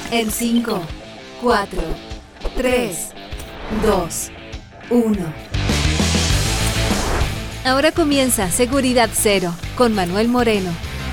En 5, 4, 3, 2, 1. Ahora comienza Seguridad Cero con Manuel Moreno.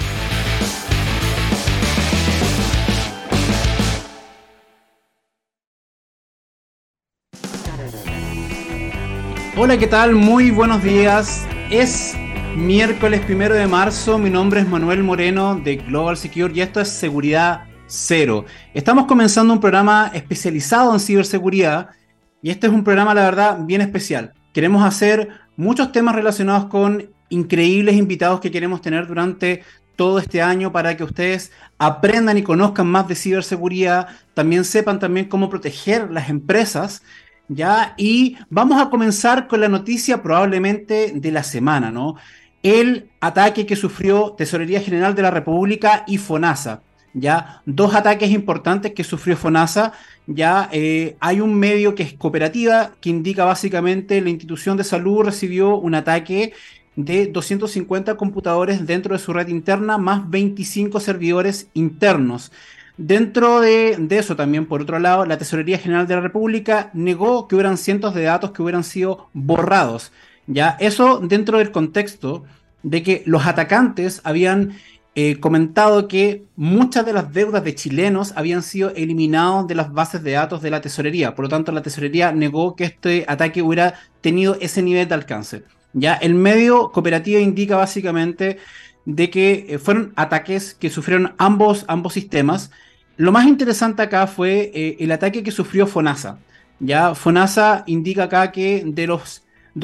Hola, ¿qué tal? Muy buenos días. Es miércoles 1 de marzo. Mi nombre es Manuel Moreno de Global Secure y esto es Seguridad Cero. Estamos comenzando un programa especializado en ciberseguridad y este es un programa, la verdad, bien especial. Queremos hacer muchos temas relacionados con increíbles invitados que queremos tener durante todo este año para que ustedes aprendan y conozcan más de ciberseguridad, también sepan también cómo proteger las empresas. Ya, y vamos a comenzar con la noticia probablemente de la semana, ¿no? El ataque que sufrió Tesorería General de la República y FONASA, ¿ya? Dos ataques importantes que sufrió FONASA, ¿ya? Hay un medio que es Cooperativa, que indica básicamente la institución de salud recibió un ataque de 250 computadores dentro de su red interna, más 25 servidores internos. Dentro de eso también, por otro lado, la Tesorería General de la República negó que hubieran cientos de datos que hubieran sido borrados. ¿Ya? Eso dentro del contexto de que los atacantes habían comentado que muchas de las deudas de chilenos habían sido eliminados de las bases de datos de la Tesorería. Por lo tanto, la Tesorería negó que este ataque hubiera tenido ese nivel de alcance. ¿Ya? El medio Cooperativa indica básicamente de que fueron ataques que sufrieron ambos sistemas. Lo más interesante acá fue el ataque que sufrió FONASA. Ya, FONASA indica acá que de los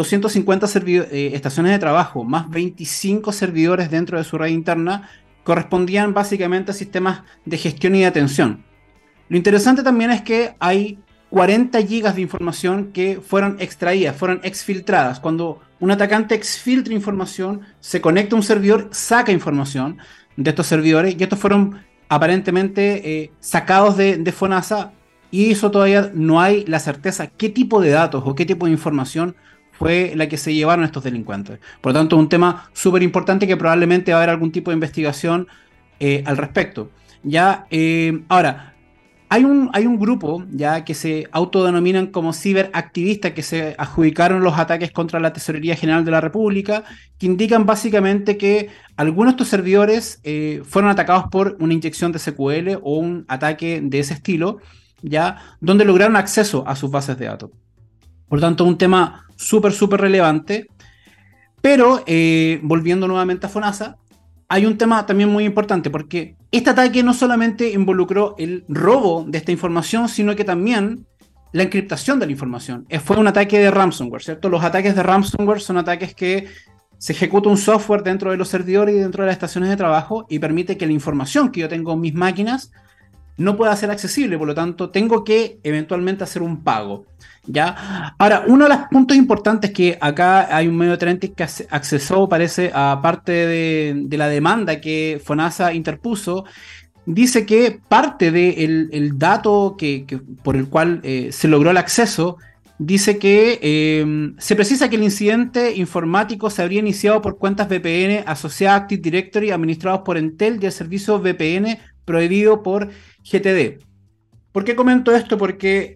250 estaciones de trabajo, más 25 servidores dentro de su red interna, correspondían básicamente a sistemas de gestión y de atención. Lo interesante también es que hay 40 gigas de información que fueron extraídas, fueron exfiltradas. Cuando un atacante exfiltra información, se conecta a un servidor, saca información de estos servidores y estos fueron aparentemente sacados de FONASA, y eso todavía no hay la certeza qué tipo de datos o qué tipo de información fue la que se llevaron estos delincuentes. Por lo tanto, es un tema súper importante que probablemente va a haber algún tipo de investigación al respecto. Ya, ahora, hay un grupo ya que se autodenominan como ciberactivistas que se adjudicaron los ataques contra la Tesorería General de la República, que indican básicamente que algunos de estos servidores fueron atacados por una inyección de SQL o un ataque de ese estilo, ya, donde lograron acceso a sus bases de datos. Por lo tanto, un tema súper relevante. Pero volviendo nuevamente a FONASA, hay un tema también muy importante, porque este ataque no solamente involucró el robo de esta información, sino que también la encriptación de la información. Fue un ataque de ransomware, ¿cierto? Los ataques de ransomware son ataques que se ejecuta un software dentro de los servidores y dentro de las estaciones de trabajo y permite que la información que yo tengo en mis máquinas no pueda ser accesible, por lo tanto tengo que eventualmente hacer un pago, ¿ya? Ahora, uno de los puntos importantes que acá hay un medio de Trentic que accesó, parece, a parte de la demanda que FONASA interpuso, dice que parte del dato por el cual se logró el acceso, dice que se precisa que el incidente informático se habría iniciado por cuentas VPN asociadas a Active Directory administrados por Entel y el servicio VPN prohibido por GTD. ¿Por qué comento esto? Porque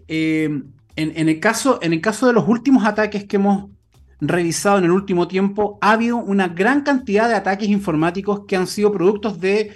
en el caso de los últimos ataques que hemos revisado en el último tiempo, ha habido una gran cantidad de ataques informáticos que han sido productos de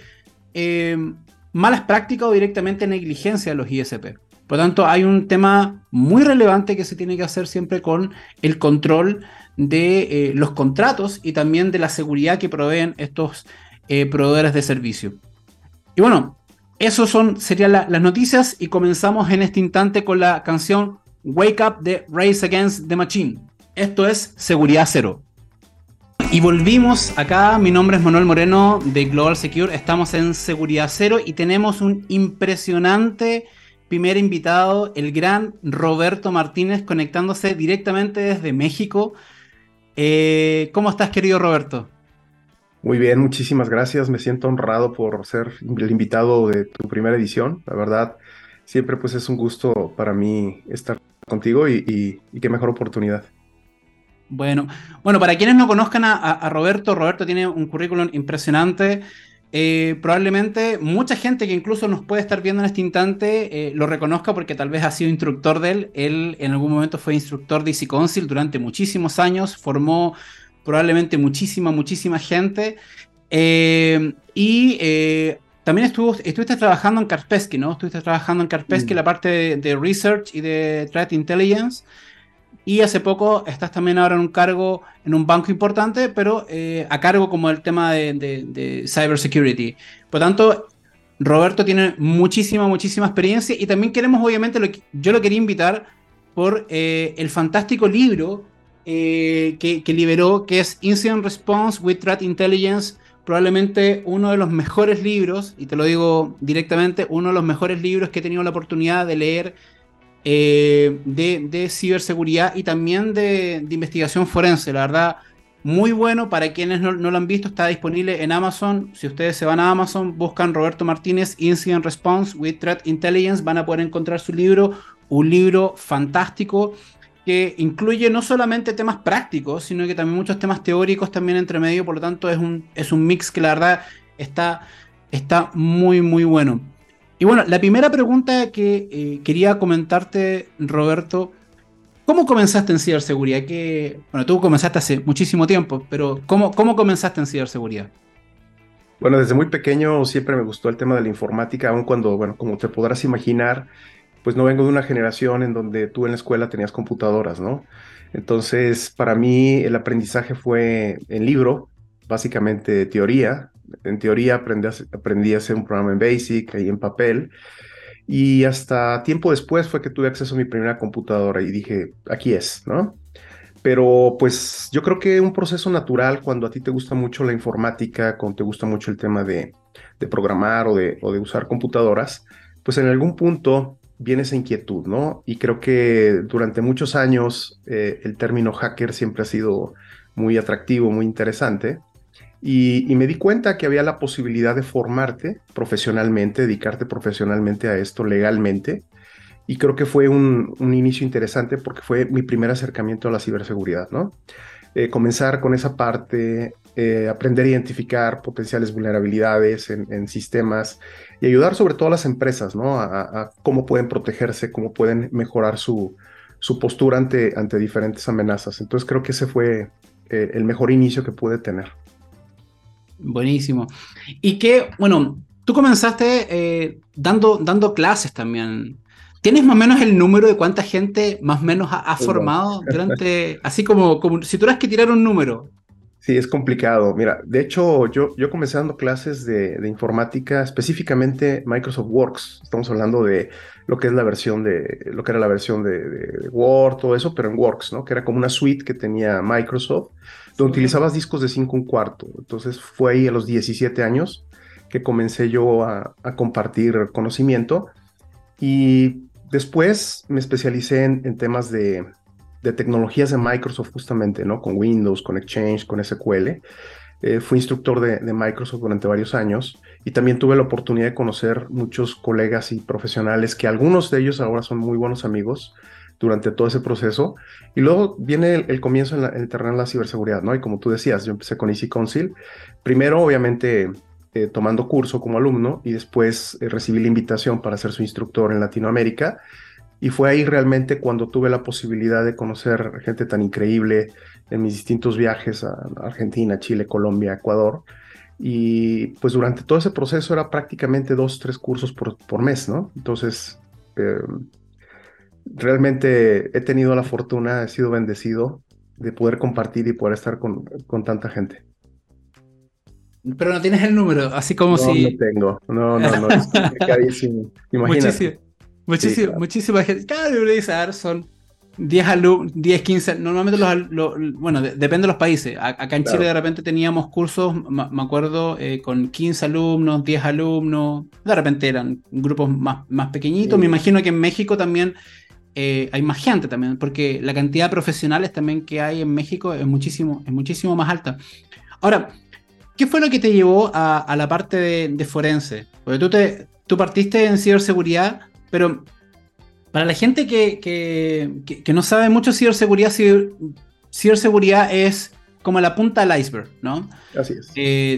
malas prácticas o directamente negligencia de los ISP. Por lo tanto, hay un tema muy relevante que se tiene que hacer siempre con el control de los contratos y también de la seguridad que proveen estos proveedores de servicio. Y bueno, esas serían las noticias y comenzamos en este instante con la canción Wake Up de Rage Against the Machine. Esto es Seguridad Cero. Y volvimos acá, mi nombre es Manuel Moreno de Global Secure, estamos en Seguridad Cero y tenemos un impresionante primer invitado, el gran Roberto Martínez, conectándose directamente desde México. ¿Cómo estás, querido Roberto? Muy bien, muchísimas gracias. Me siento honrado por ser el invitado de tu primera edición. La verdad, siempre pues es un gusto para mí estar contigo y qué mejor oportunidad. Bueno, para quienes no conozcan a Roberto, Roberto tiene un currículum impresionante. probablemente mucha gente que incluso nos puede estar viendo en este instante lo reconozca porque tal vez ha sido instructor de él. Él en algún momento fue instructor de Easy Council durante muchísimos años, formó probablemente muchísima gente. También estuviste trabajando en Kaspersky, ¿no? Estuviste trabajando en Kaspersky la parte de Research y de Threat Intelligence. Y hace poco estás también ahora en un cargo en un banco importante, pero a cargo como el tema de cybersecurity. Por lo tanto, Roberto tiene muchísima experiencia y también queremos, obviamente, yo lo quería invitar por el fantástico libro que liberó, que es Incident Response with Threat Intelligence, probablemente uno de los mejores libros, y te lo digo directamente, uno de los mejores libros que he tenido la oportunidad de leer de ciberseguridad y también de investigación forense. La verdad, muy bueno. Para quienes no lo han visto, está disponible en Amazon. Si ustedes se van a Amazon, buscan Roberto Martínez Incident Response with Threat Intelligence, van a poder encontrar su libro, un libro fantástico que incluye no solamente temas prácticos, sino que también muchos temas teóricos también entre medio. Por lo tanto, es un mix que la verdad está muy bueno. Y bueno, la primera pregunta que quería comentarte, Roberto, ¿cómo comenzaste en ciberseguridad? Bueno, tú comenzaste hace muchísimo tiempo, pero ¿cómo comenzaste en ciberseguridad? Bueno, desde muy pequeño siempre me gustó el tema de la informática, aun cuando, bueno, como te podrás imaginar, pues no vengo de una generación en donde tú en la escuela tenías computadoras, ¿no? Entonces, para mí el aprendizaje fue en libro, básicamente teoría. En teoría aprendí a hacer un programa en BASIC, ahí en papel, y hasta tiempo después fue que tuve acceso a mi primera computadora y dije, aquí es, ¿no? Pero pues yo creo que un proceso natural cuando a ti te gusta mucho la informática, cuando te gusta mucho el tema de programar o de usar computadoras, pues en algún punto viene esa inquietud, ¿no? Y creo que durante muchos años el término hacker siempre ha sido muy atractivo, muy interesante. Y me di cuenta que había la posibilidad de formarte profesionalmente, dedicarte profesionalmente a esto legalmente. Y creo que fue un inicio interesante porque fue mi primer acercamiento a la ciberseguridad, ¿no? Comenzar con esa parte, aprender a identificar potenciales vulnerabilidades en sistemas y ayudar sobre todo a las empresas, ¿no? A cómo pueden protegerse, cómo pueden mejorar su postura ante diferentes amenazas. Entonces creo que ese fue el mejor inicio que pude tener. Buenísimo. Y que, bueno, tú comenzaste dando clases también. ¿Tienes más o menos el número de cuánta gente más o menos ha formado durante, así como si tuvieras que tirar un número? Sí, es complicado. Mira, de hecho, yo comencé dando clases de informática, específicamente Microsoft Works. Estamos hablando de lo que es lo que era la versión de Word, todo eso, pero en Works, ¿no? Que era como una suite que tenía Microsoft, donde utilizabas discos de 5 1/4. Entonces fue ahí a los 17 años que comencé yo a compartir conocimiento y después me especialicé en temas de tecnologías de Microsoft justamente, ¿no? Con Windows, con Exchange, con SQL. Fui instructor de Microsoft durante varios años y también tuve la oportunidad de conocer muchos colegas y profesionales que algunos de ellos ahora son muy buenos amigos durante todo ese proceso. Y luego viene el comienzo en el terreno de la ciberseguridad, ¿no? Y como tú decías, yo empecé con Easy Council. Primero, obviamente, tomando curso como alumno y después recibí la invitación para ser su instructor en Latinoamérica. Y fue ahí realmente cuando tuve la posibilidad de conocer gente tan increíble en mis distintos viajes a Argentina, Chile, Colombia, Ecuador. Y pues durante todo ese proceso era prácticamente 2, 3 cursos por mes, ¿no? Entonces, realmente he tenido la fortuna, he sido bendecido de poder compartir y poder estar con tanta gente. Pero no tienes el número, así como No, si... no tengo. No, es complicadísimo. Imagínate. Sí, claro. Muchísima gente. Cada libro dice, a ver, son 10 alumnos, 10, 15. Normalmente bueno, depende de los países. Acá en Claro. Chile de repente teníamos cursos, me acuerdo, con 15 alumnos, 10 alumnos. De repente eran grupos más pequeñitos. Sí. Me imagino que en México también hay más gente también, porque la cantidad de profesionales también que hay en México es muchísimo más alta. Ahora, ¿qué fue lo que te llevó a la parte de forense? Porque tú partiste en ciberseguridad, pero para la gente que no sabe mucho ciberseguridad, ciberseguridad es como la punta del iceberg, ¿no? Así es.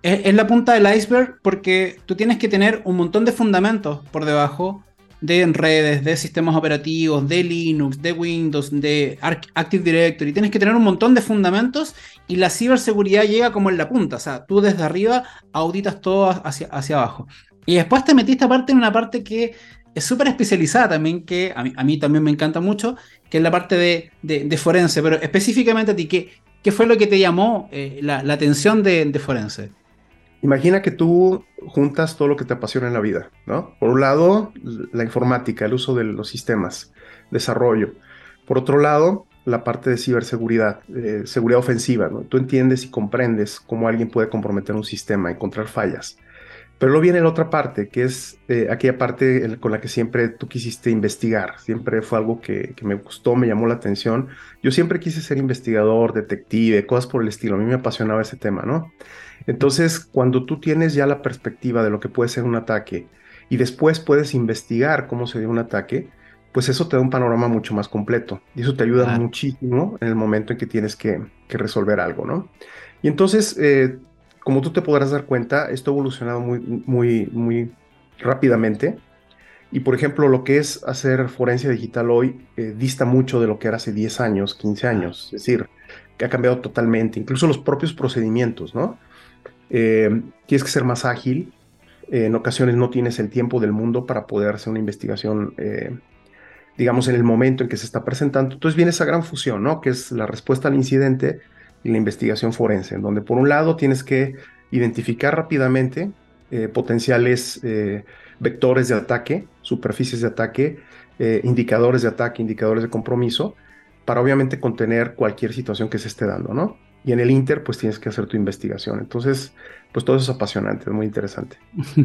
es la punta del iceberg porque tú tienes que tener un montón de fundamentos por debajo de redes, de sistemas operativos, de Linux, de Windows, de Active Directory. Tienes que tener un montón de fundamentos y la ciberseguridad llega como en la punta. O sea, tú desde arriba auditas todo hacia abajo. Y después te metiste aparte en una parte que es súper especializada también, que a mí también me encanta mucho, que es la parte de forense. Pero específicamente a ti, ¿qué fue lo que te llamó la atención de forense? Imagina que tú juntas todo lo que te apasiona en la vida, ¿no? Por un lado, la informática, el uso de los sistemas, desarrollo. Por otro lado, la parte de ciberseguridad, seguridad ofensiva, ¿no? Tú entiendes y comprendes cómo alguien puede comprometer un sistema, encontrar fallas. Pero luego viene la otra parte, que es aquella parte con la que siempre tú quisiste investigar. Siempre fue algo que me gustó, me llamó la atención. Yo siempre quise ser investigador, detective, cosas por el estilo. A mí me apasionaba ese tema, ¿no? Entonces, cuando tú tienes ya la perspectiva de lo que puede ser un ataque y después puedes investigar cómo se dio un ataque, pues eso te da un panorama mucho más completo. Y eso te ayuda Claro. muchísimo en el momento en que tienes que resolver algo, ¿no? Y entonces, como tú te podrás dar cuenta, esto ha evolucionado muy rápidamente. Y por ejemplo, lo que es hacer forencia digital hoy dista mucho de lo que era hace 10 años, 15 Claro. años. Es decir, que ha cambiado totalmente, incluso los propios procedimientos, ¿no? Tienes que ser más ágil. En ocasiones no tienes el tiempo del mundo para poder hacer una investigación, digamos, en el momento en que se está presentando. Entonces viene esa gran fusión, ¿no? Que es la respuesta al incidente y la investigación forense, en donde por un lado tienes que identificar rápidamente potenciales vectores de ataque, superficies de ataque, indicadores de ataque, indicadores de compromiso, para obviamente contener cualquier situación que se esté dando, ¿no? Y en el Inter, pues tienes que hacer tu investigación. Entonces, pues todo eso es apasionante, es muy interesante.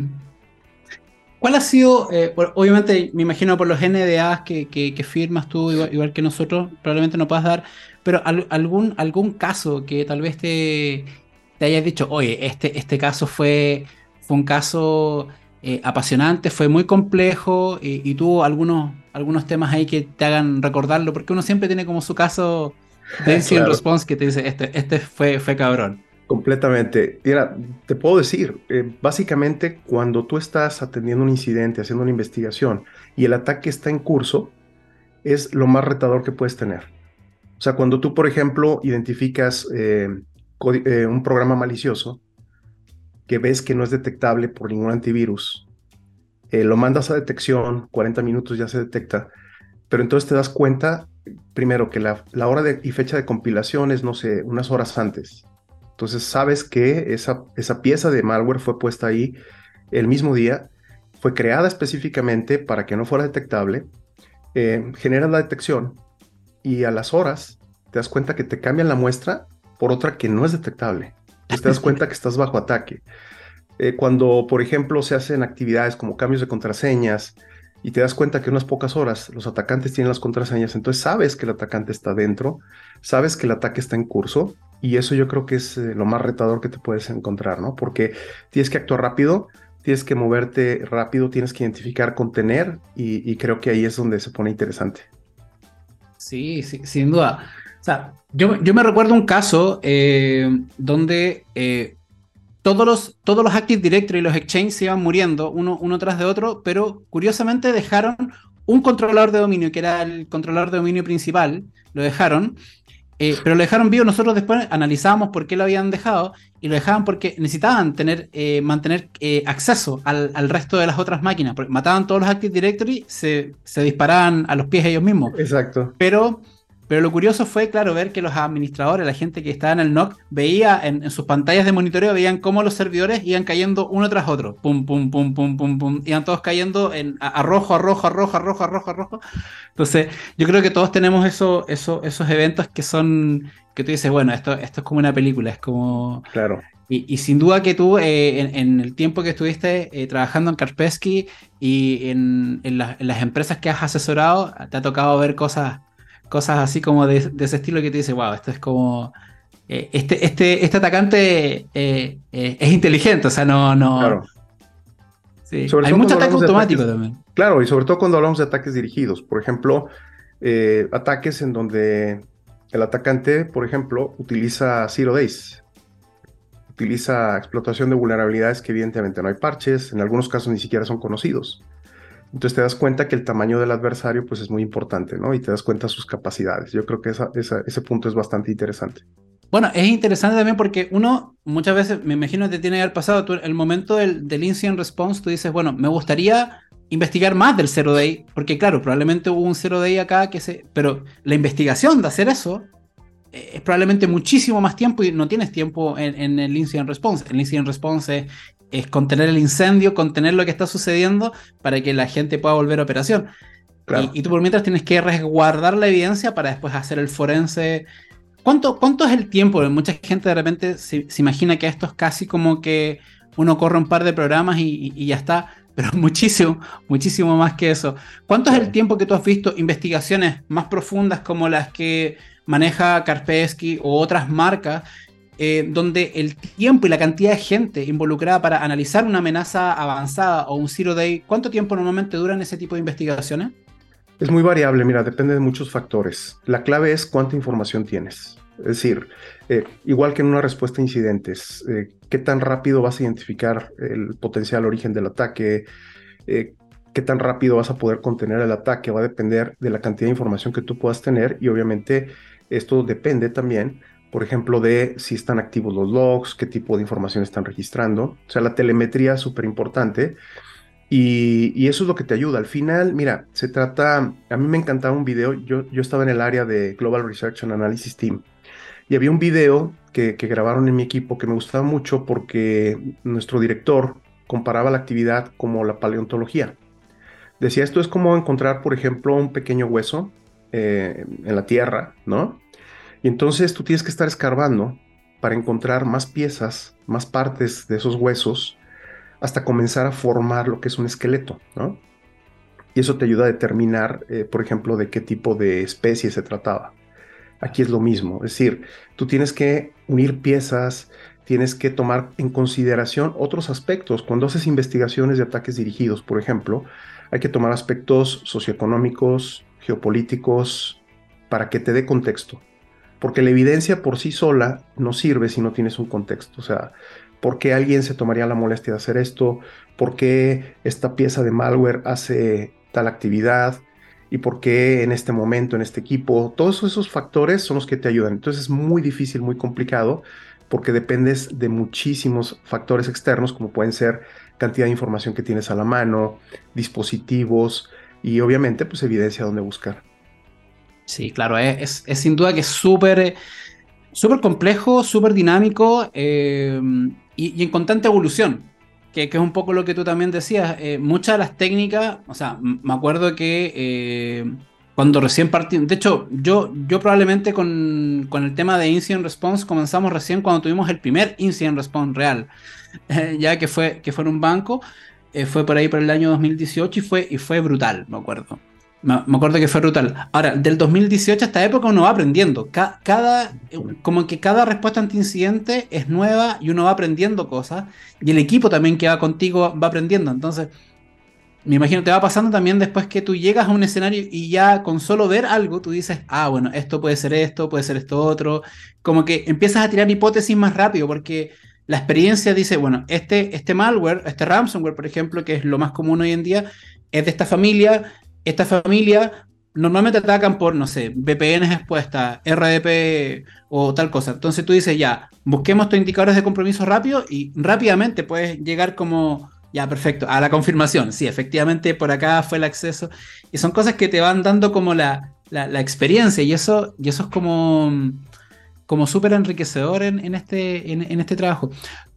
¿Cuál ha sido, obviamente me imagino por los NDAs que firmas tú, igual que nosotros, probablemente no puedas dar, pero algún caso que tal vez te hayas dicho, oye, este caso fue un caso apasionante, fue muy complejo y tuvo algunos temas ahí que te hagan recordarlo, porque uno siempre tiene como su caso de incident Claro. response que te dice, este fue cabrón. Completamente. Mira, te puedo decir, básicamente cuando tú estás atendiendo un incidente, haciendo una investigación y el ataque está en curso, es lo más retador que puedes tener. O sea, cuando tú, por ejemplo, identificas un programa malicioso que ves que no es detectable por ningún antivirus, lo mandas a detección, 40 minutos ya se detecta, pero entonces te das cuenta, primero, que la hora y fecha de compilación es, no sé, unas horas antes. Entonces sabes que esa pieza de malware fue puesta ahí el mismo día, fue creada específicamente para que no fuera detectable, generas la detección y a las horas te das cuenta que te cambian la muestra por otra que no es detectable. Entonces te das cuenta que estás bajo ataque. Cuando, por ejemplo, se hacen actividades como cambios de contraseñas y te das cuenta que en unas pocas horas los atacantes tienen las contraseñas, entonces sabes que el atacante está dentro, sabes que el ataque está en curso y eso yo creo que es lo más retador que te puedes encontrar, ¿no? Porque tienes que actuar rápido, tienes que moverte rápido, tienes que identificar, contener y creo que ahí es donde se pone interesante. Sí, sí, sin duda. O sea, yo me recuerdo un caso donde todos los Active Directory y los Exchange se iban muriendo uno tras de otro, pero curiosamente dejaron un controlador de dominio, que era el controlador de dominio principal, lo dejaron, pero lo dejaron vivo. Nosotros después analizábamos por qué lo habían dejado y lo dejaban porque necesitaban mantener acceso al resto de las otras máquinas, porque mataban todos los Active Directory, se disparaban a los pies ellos mismos. Exacto. Pero, pero lo curioso fue, claro, ver que los administradores, la gente que estaba en el NOC, veía en sus pantallas de monitoreo, veían cómo los servidores iban cayendo uno tras otro. Pum, pum, pum, pum, pum, pum. Iban todos cayendo a rojo, a rojo, a rojo, a rojo, a rojo, a rojo. Entonces, yo creo que todos tenemos esos eventos que tú dices, bueno, esto es como una película, es como... Claro. Y sin duda que tú, en el tiempo que estuviste trabajando en Kaspersky y en las empresas que has asesorado, te ha tocado ver cosas así como de ese estilo que te dice, wow, esto es como... este atacante es inteligente, o sea, no. Claro. Sí. Sobre Hay todo mucho cuando ataque hablamos de automático ataques, también. claro, y sobre todo cuando hablamos de ataques dirigidos. Por ejemplo, ataques en donde el atacante, por ejemplo, utiliza Zero Days. utiliza explotación de vulnerabilidades que evidentemente no hay parches, en algunos casos ni siquiera son conocidos. Entonces te das cuenta que el tamaño del adversario pues es muy importante, ¿no? Y te das cuenta de sus capacidades. Yo creo que ese punto es bastante interesante. Bueno, es interesante también porque uno muchas veces, me imagino que te tiene que haber pasado el momento del incident response, tú dices, bueno, me gustaría investigar más del Zero Day, porque claro, probablemente hubo un Zero Day acá, pero la investigación de hacer eso es probablemente muchísimo más tiempo y no tienes tiempo en el incident response. El incident response es contener el incendio, contener lo que está sucediendo para que la gente pueda volver a operación. Claro. Y tú por mientras tienes que resguardar la evidencia para después hacer el forense. ¿Cuánto es el tiempo? Mucha gente de repente se imagina que esto es casi como que uno corre un par de programas y ya está, pero muchísimo, muchísimo más que eso. ¿Cuánto es el tiempo que tú has visto investigaciones más profundas como las que maneja Kaspersky o otras marcas, donde el tiempo y la cantidad de gente involucrada para analizar una amenaza avanzada o un Zero Day, ¿cuánto tiempo normalmente duran ese tipo de investigaciones? Es muy variable, mira, depende de muchos factores. La clave es cuánta información tienes. Es decir, igual que en una respuesta a incidentes, qué tan rápido vas a identificar el potencial origen del ataque, qué tan rápido vas a poder contener el ataque, va a depender de la cantidad de información que tú puedas tener y obviamente esto depende también, por ejemplo, de si están activos los logs, qué tipo de información están registrando. O sea, la telemetría es súper importante. Y eso es lo que te ayuda. Al final, mira, a mí me encantaba un video, yo estaba en el área de Global Research and Analysis Team, y había un video que grabaron en mi equipo que me gustaba mucho porque nuestro director comparaba la actividad como la paleontología. Decía, esto es como encontrar, por ejemplo, un pequeño hueso en la tierra, ¿no? Y entonces tú tienes que estar escarbando para encontrar más piezas, más partes de esos huesos, hasta comenzar a formar lo que es un esqueleto, ¿no? Y eso te ayuda a determinar, por ejemplo, de qué tipo de especie se trataba. Aquí es lo mismo, es decir, tú tienes que unir piezas, tienes que tomar en consideración otros aspectos. Cuando haces investigaciones de ataques dirigidos, por ejemplo, hay que tomar aspectos socioeconómicos, geopolíticos, para que te dé contexto. Porque la evidencia por sí sola no sirve si no tienes un contexto. O sea, ¿por qué alguien se tomaría la molestia de hacer esto? ¿Por qué esta pieza de malware hace tal actividad? ¿Y por qué en este momento, en este equipo? Todos esos factores son los que te ayudan. Entonces es muy difícil, muy complicado, porque dependes de muchísimos factores externos, como pueden ser cantidad de información que tienes a la mano, dispositivos y obviamente pues evidencia donde buscar. Sí, claro, es sin duda que es súper complejo, súper dinámico y en constante evolución, que es un poco lo que tú también decías. Muchas de las técnicas, o sea, me acuerdo que cuando recién partí, de hecho, yo probablemente con el tema de Incident Response comenzamos recién cuando tuvimos el primer Incident Response real, ya que fue en un banco, fue por ahí por el año 2018 y fue brutal, me acuerdo. Me acuerdo que fue brutal. Ahora, del 2018 a esta época uno va aprendiendo. Como que cada respuesta ante incidente es nueva y uno va aprendiendo cosas. Y el equipo también que va contigo va aprendiendo. Entonces, me imagino te va pasando también después que tú llegas a un escenario y ya con solo ver algo tú dices, ah, bueno, esto, puede ser esto otro. Como que empiezas a tirar hipótesis más rápido porque la experiencia dice, bueno, este malware, este ransomware, por ejemplo, que es lo más común hoy en día, es de esta familia. Esta familia normalmente atacan por, no sé, VPNs expuestas, RDP o tal cosa. Entonces tú dices, ya, busquemos estos indicadores de compromiso rápido y rápidamente puedes llegar como, ya, perfecto, a la confirmación. Sí, efectivamente por acá fue el acceso. Y son cosas que te van dando como la experiencia y eso es como súper enriquecedor en este trabajo.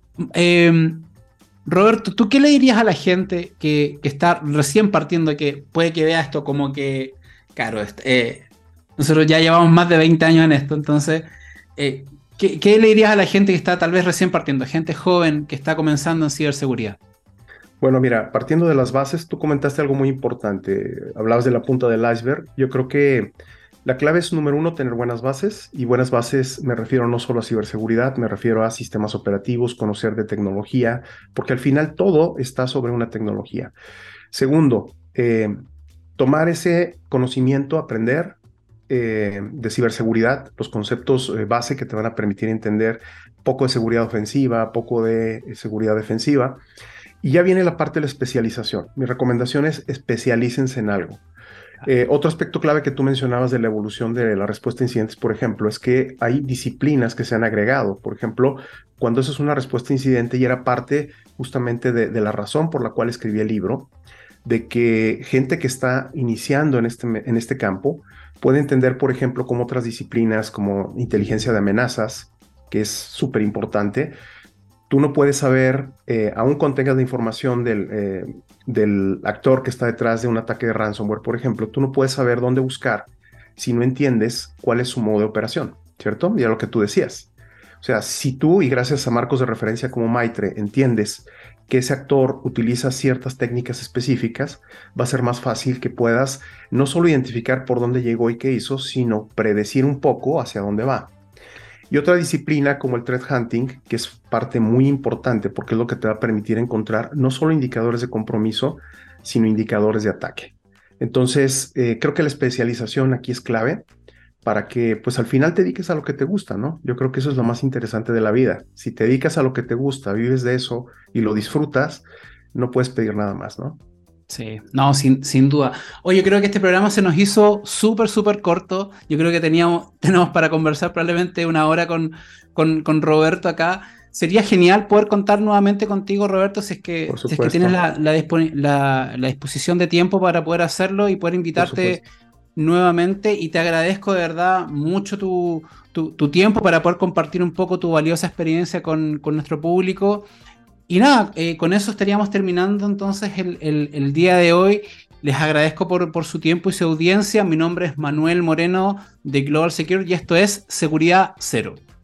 Roberto, ¿tú qué le dirías a la gente que está recién partiendo, que puede que vea esto como que, claro, nosotros ya llevamos más de 20 años en esto, entonces, ¿qué le dirías a la gente que está tal vez recién partiendo, gente joven que está comenzando en ciberseguridad? Bueno, mira, partiendo de las bases, tú comentaste algo muy importante, hablabas de la punta del iceberg. Yo creo que la clave es, número uno, tener buenas bases, y buenas bases me refiero no solo a ciberseguridad, me refiero a sistemas operativos, conocer de tecnología, porque al final todo está sobre una tecnología. Segundo, tomar ese conocimiento, aprender, de ciberseguridad, los conceptos base que te van a permitir entender poco de seguridad ofensiva, poco de seguridad defensiva. Y ya viene la parte de la especialización. Mi recomendación es especialícense en algo. Otro aspecto clave que tú mencionabas de la evolución de la respuesta a incidentes, por ejemplo, es que hay disciplinas que se han agregado. Por ejemplo, cuando eso es una respuesta a incidente, y era parte justamente de la razón por la cual escribí el libro, de que gente que está iniciando en este campo puede entender, por ejemplo, como otras disciplinas como inteligencia de amenazas, que es súper importante. Tú no puedes saber, aún contengas la información del actor que está detrás de un ataque de ransomware, por ejemplo, tú no puedes saber dónde buscar si no entiendes cuál es su modo de operación, ¿cierto? Y a lo que tú decías. O sea, si tú, y gracias a marcos de referencia como Maitre, entiendes que ese actor utiliza ciertas técnicas específicas, va a ser más fácil que puedas no solo identificar por dónde llegó y qué hizo, sino predecir un poco hacia dónde va. Y otra disciplina como el threat hunting, que es parte muy importante porque es lo que te va a permitir encontrar no solo indicadores de compromiso, sino indicadores de ataque. Entonces, creo que la especialización aquí es clave para que pues al final te dediques a lo que te gusta, ¿no? Yo creo que eso es lo más interesante de la vida. Si te dedicas a lo que te gusta, vives de eso y lo disfrutas, no puedes pedir nada más, ¿no? Sí, no, sin duda. Oye, creo que este programa se nos hizo súper corto. Yo creo que tenemos para conversar probablemente una hora con Roberto acá. Sería genial poder contar nuevamente contigo, Roberto, si es Por que tienes supuesto, la disposición de tiempo para poder hacerlo y poder por invitarte supuesto. nuevamente. Y te agradezco de verdad mucho tu tiempo para poder compartir un poco tu valiosa experiencia con nuestro público. Y nada, con eso estaríamos terminando entonces el día de hoy. Les agradezco por su tiempo y su audiencia. Mi nombre es Manuel Moreno de Global Secure y esto es Seguridad Cero.